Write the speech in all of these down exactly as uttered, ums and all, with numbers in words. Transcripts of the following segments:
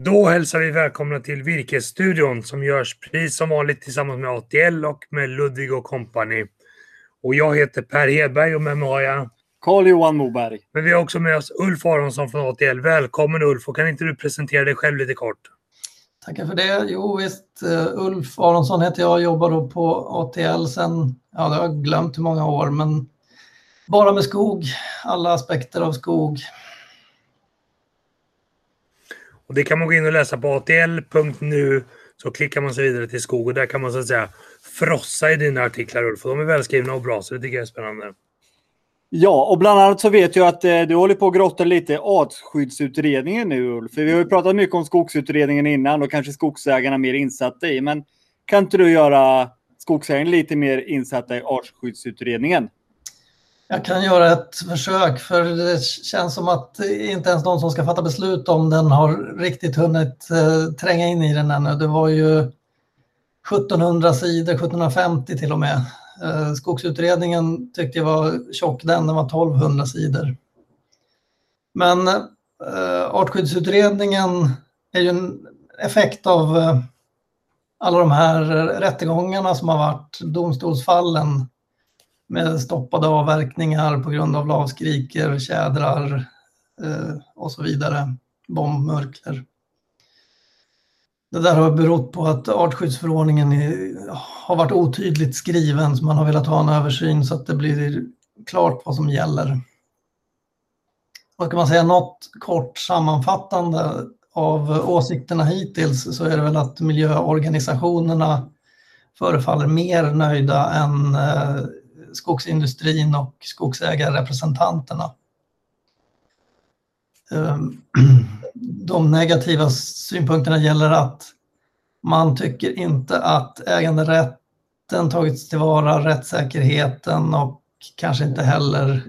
Då hälsar vi välkomna till Virkesstudion som görs precis som vanligt tillsammans med A T L och med Ludvig och Company. Och jag heter Per Hedberg och med mig har jag Carl-Johan Moberg. Men vi har också med oss Ulf Aronsson från A T L. Välkommen Ulf, och kan inte du presentera dig själv lite kort? Tackar för det. Jo visst, uh, Ulf Aronsson heter jag och jobbar då på A T L sen, ja det har jag glömt hur många år, men bara med skog, alla aspekter av skog. Och det kan man gå in och läsa på A T L punkt nu, så klickar man sig vidare till skog och där kan man så att säga frossa i dina artiklar Ulf, för de är välskrivna och bra så det tycker jag är spännande. Ja, och bland annat så vet jag att eh, du håller på att grotta lite i artskyddsutredningen nu Ulf. För vi har ju pratat mycket om skogsutredningen innan och kanske skogsägarna mer insatta i. Men kan inte du göra skogsägarna lite mer insatta i artskyddsutredningen? Jag kan göra ett försök, för det känns som att inte ens de som ska fatta beslut om den har riktigt hunnit eh, tränga in i den ännu. Det var ju sjuttonhundra sidor, sjuttonhundrafemtio till och med. Eh, skogsutredningen tyckte jag var tjock, den, den var tolvhundra sidor. Men eh, artskyddsutredningen är ju en effekt av eh, alla de här rättegångarna som har varit, domstolsfallen med stoppade avverkningar på grund av lavskriker, tjädrar eh, och så vidare, bombmurkler. Det där har berott på att artskyddsförordningen är, har varit otydligt skriven, så man har velat ha en översyn så att det blir klart vad som gäller. Och kan man säga något kort sammanfattande av åsikterna hittills, så är det väl att miljöorganisationerna förefaller mer nöjda än eh, skogsindustrin och skogsägarrepresentanterna. De negativa synpunkterna gäller att man tycker inte att äganderätten tagits tillvara, rättssäkerheten och kanske inte heller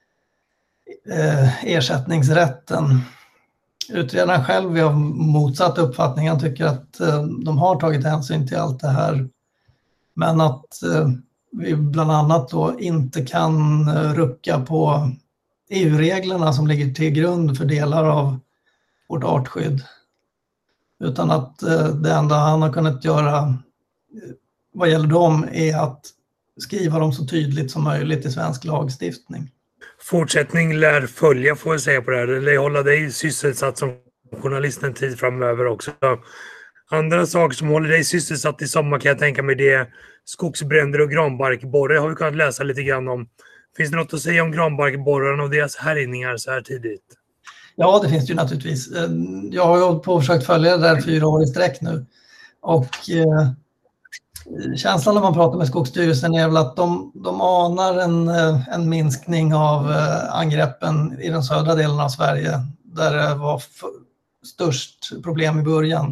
eh, ersättningsrätten. Utredaren själv är av motsatt uppfattning. Han tycker att eh, de har tagit hänsyn till allt det här, men att eh, vi bland annat då inte kan eh, rucka på E U-reglerna som ligger till grund för delar av vårt artskydd. Utan att eh, det enda han har kunnat göra eh, vad gäller dem är att skriva dem så tydligt som möjligt i svensk lagstiftning. Fortsättning lär följa, får jag säga på det här. Det lär hålla dig sysselsatt som journalist en tid framöver också. Andra saker som håller dig sysselsatt i sommar kan jag tänka mig, det är skogsbränder och granbarkborre har vi kunnat läsa lite grann om. Finns det något att säga om granbarkborrarna och deras härjningar så här tidigt? Ja, det finns det ju naturligtvis. Jag har ju hållit på och försökt följa det där fyra år i sträck nu. Och eh, känslan när man pratar med Skogsstyrelsen är väl att de, de anar en, en minskning av eh, angreppen i den södra delen av Sverige, där det var f- störst problem i början.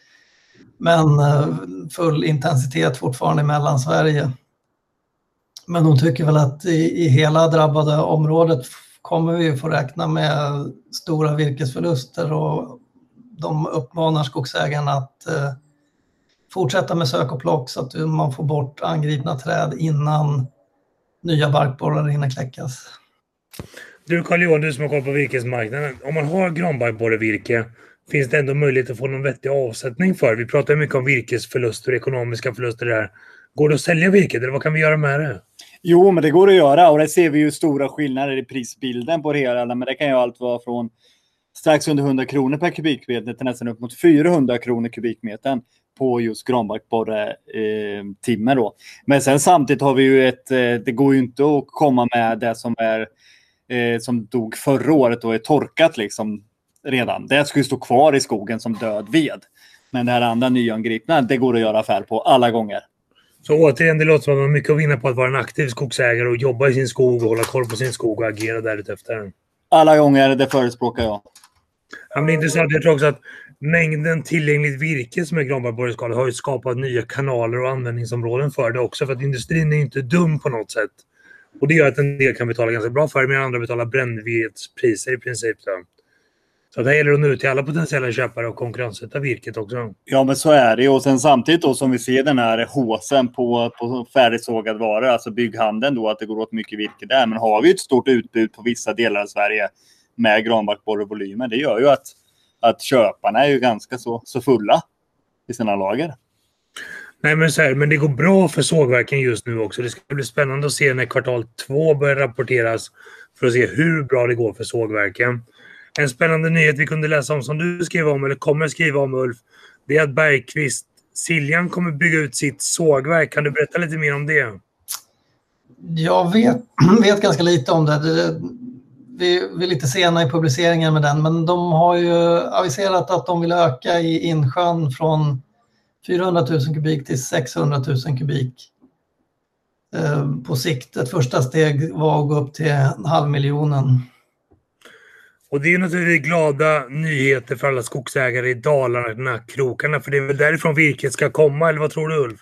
Men eh, full intensitet fortfarande i Mellansverige. Men de tycker väl att i, i hela drabbade området kommer vi få räkna med stora virkesförluster, och de uppmanar skogsägarna att eh, fortsätta med sök och plock så att man får bort angripna träd innan nya barkborrar hinner kläckas. Du Carl-Johan, du som har koll på virkesmarknaden. Om man har granbarkborrevirke, finns det ändå möjlighet att få någon vettig avsättning för? Vi pratar mycket om virkesförluster och ekonomiska förluster där. Går det att sälja virket eller vad kan vi göra med det? Jo, men det går att göra, och det ser vi ju stora skillnader i prisbilden på det hela. Men det kan ju allt vara från strax under hundra kronor per kubikmeter till nästan upp mot fyrahundra kronor kubikmetern på just granbarkborre eh, timme då. Men sen samtidigt har vi ju ett, eh, det går ju inte att komma med det som är eh, som dog förra året och är torkat liksom redan. Det skulle stå kvar i skogen som död ved. Men det här andra nyangripna, det går att göra affär på alla gånger. Så återigen, det låter som att man har mycket att vinna på att vara en aktiv skogsägare och jobba i sin skog och hålla koll på sin skog och agera därefter. Alla gånger, det förespråkar jag. Ja, men det är intressant. Jag tror också att mängden tillgängligt virke som är granbarkborreskala har ju skapat nya kanaler och användningsområden för det också. För att industrin är inte dum på något sätt. Och det gör att en del kan betala ganska bra för det, medan andra betalar brännvedspriser i princip. Så. Så det gäller att nå ut till alla potentiella köpare och konkurrenssätta virket också. Ja, men så är det. Och sen samtidigt då som vi ser den här håsen på, på färdigsågad vara, alltså bygghandeln då, att det går åt mycket virke där. Men har vi ett stort utbud på vissa delar av Sverige med granbarkborrevolymer, det gör ju att att köparna är ju ganska så, så fulla i sina lager. Nej, men, så här, men det går bra för sågverken just nu också. Det ska bli spännande att se när kvartal två börjar rapporteras för att se hur bra det går för sågverken. En spännande nyhet vi kunde läsa om som du skrev om eller kommer skriva om, Ulf, det är att Bergqvist Siljan kommer bygga ut sitt sågverk. Kan du berätta lite mer om det? Jag vet, vet ganska lite om det. det vi, vi är lite sena i publiceringen med den, men de har ju aviserat att de vill öka i Insjön från fyrahundratusen kubik till sexhundratusen kubik eh, på sikt. Ett första steg var att gå upp till en halv miljonen. Och det är naturligtvis glada nyheter för alla skogsägare i Dalarna, krokarna, för det är väl därifrån virket ska komma, eller vad tror du, Ulf?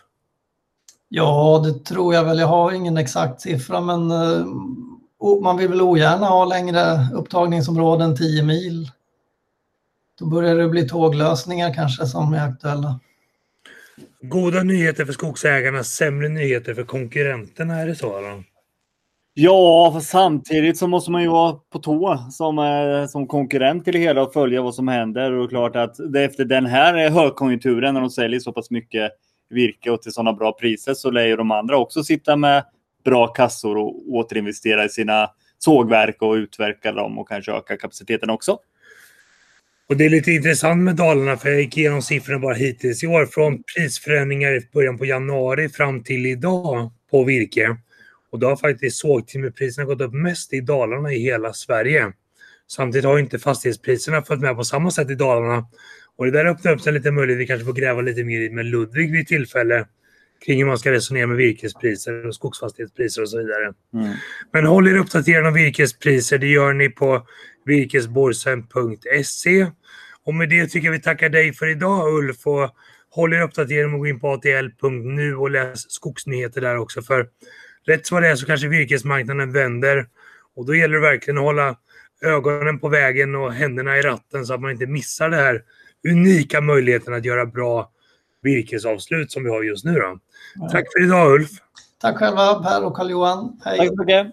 Ja, det tror jag väl. Jag har ingen exakt siffra, men eh, man vill väl ogärna ha längre upptagningsområden, tio mil. Då börjar det bli tåglösningar kanske som är aktuella. Goda nyheter för skogsägarna, sämre nyheter för konkurrenterna, är det så eller? Ja, för samtidigt så måste man ju vara på tå som, eh, som konkurrent till det hela och följa vad som händer. Och klart att det, efter den här högkonjunkturen när de säljer så pass mycket virke och till sådana bra priser så lär ju de andra också sitta med bra kassor och återinvestera i sina sågverk och utverka dem och kanske öka kapaciteten också. Och det är lite intressant med Dalarna, för jag gick igenom siffrorna bara hittills i år. Från prisförändringar i början på januari fram till idag på virke. Och då har faktiskt sågtimmerpriserna gått upp mest i Dalarna i hela Sverige. Samtidigt har inte fastighetspriserna följt med på samma sätt i Dalarna. Och det där öppnar upp sig lite möjligt. Vi kanske får gräva lite mer med Ludvig vid tillfälle kring hur man ska resonera med virkespriser och skogsfastighetspriser och så vidare. Mm. Men håll er uppdaterade om virkespriser. Det gör ni på virkesborsen punkt se. Och med det tycker jag vi tackar dig för idag, Ulf. Och håll er uppdaterade och gå in på a t l punkt nu och läs skogsnyheter där också. För rätt vad det är så kanske virkesmarknaden vänder. Och då gäller det verkligen att hålla ögonen på vägen och händerna i ratten så att man inte missar det här unika möjligheten att göra bra virkesavslut som vi har just nu då. Ja. Tack för idag, Ulf. Tack själva, Per och Carl-Johan. Hej. Tack så mycket.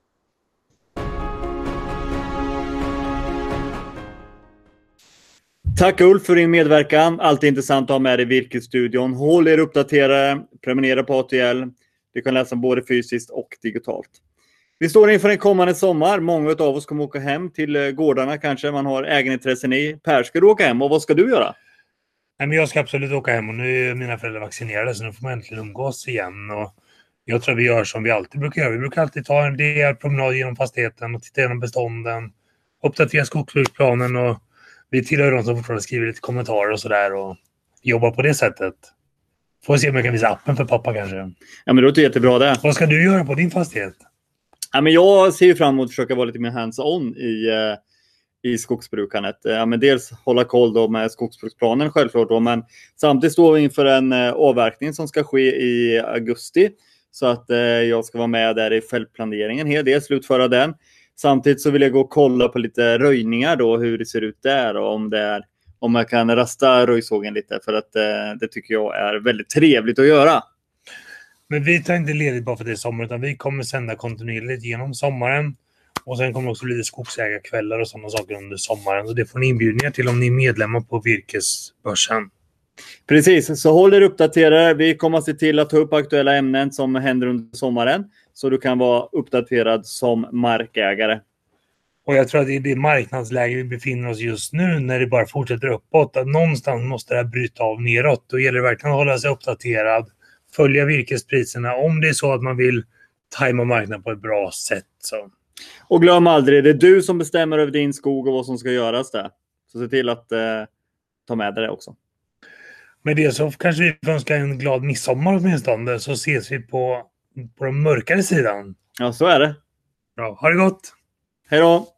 Tack Ulf för din medverkan. Alltid intressant att ha med dig i Virkesstudion. Håll er uppdaterade, prenumerera på A T L. Du kan läsa både fysiskt och digitalt. Vi står inför en kommande sommar. Många av oss kommer åka hem till gårdarna kanske. Man har ägarintressen i. Per, ska du åka hem och vad ska du göra? Nej, men jag ska absolut åka hem och nu är mina föräldrar vaccinerade så nu får man äntligen umgås igen. Och jag tror vi gör som vi alltid brukar göra. Vi brukar alltid ta en del promenad genom fastigheten och titta igenom bestånden. Uppdatera skogsbruksplanen och vi tillhör de som fortfarande skriver lite kommentarer och sådär och jobbar på det sättet. Får se om jag kan visa appen för pappa kanske. Ja, men det låter jättebra det. Vad ska du göra på din fastighet? Ja, men jag ser ju fram emot att försöka vara lite mer hands-on i, i skogsbrukandet. Ja, men dels hålla koll då med skogsbruksplanen självklart då, men samtidigt står vi inför en avverkning som ska ske i augusti. Så att eh, jag ska vara med där i fältplaneringen hel del, slutföra den. Samtidigt så vill jag gå och kolla på lite röjningar då, hur det ser ut där och om det är, om jag kan rasta röjsågen lite för att eh, det tycker jag är väldigt trevligt att göra. Men vi tar inte ledigt bara för det är sommar utan vi kommer sända kontinuerligt genom sommaren och sen kommer det också bli skogsägarkvällar och sådana saker under sommaren och det får ni inbjudningar till om ni är medlemmar på Virkesbörsen. Precis, så håll er uppdaterade. Vi kommer att se till att ta upp aktuella ämnen som händer under sommaren så du kan vara uppdaterad som markägare. Och jag tror att det är det marknadsläge vi befinner oss just nu när det bara fortsätter uppåt. Att någonstans måste det här bryta av neråt. Då gäller det verkligen att hålla sig uppdaterad. Följa virkespriserna om det är så att man vill tajma marknaden på ett bra sätt. Så. Och glöm aldrig, det är du som bestämmer över din skog och vad som ska göras där. Så se till att eh, ta med det också. Med det så kanske vi får önska en glad midsommar åtminstone. Så ses vi på, på den mörkare sidan. Ja, så är det. Bra, ha det gott! Hej då!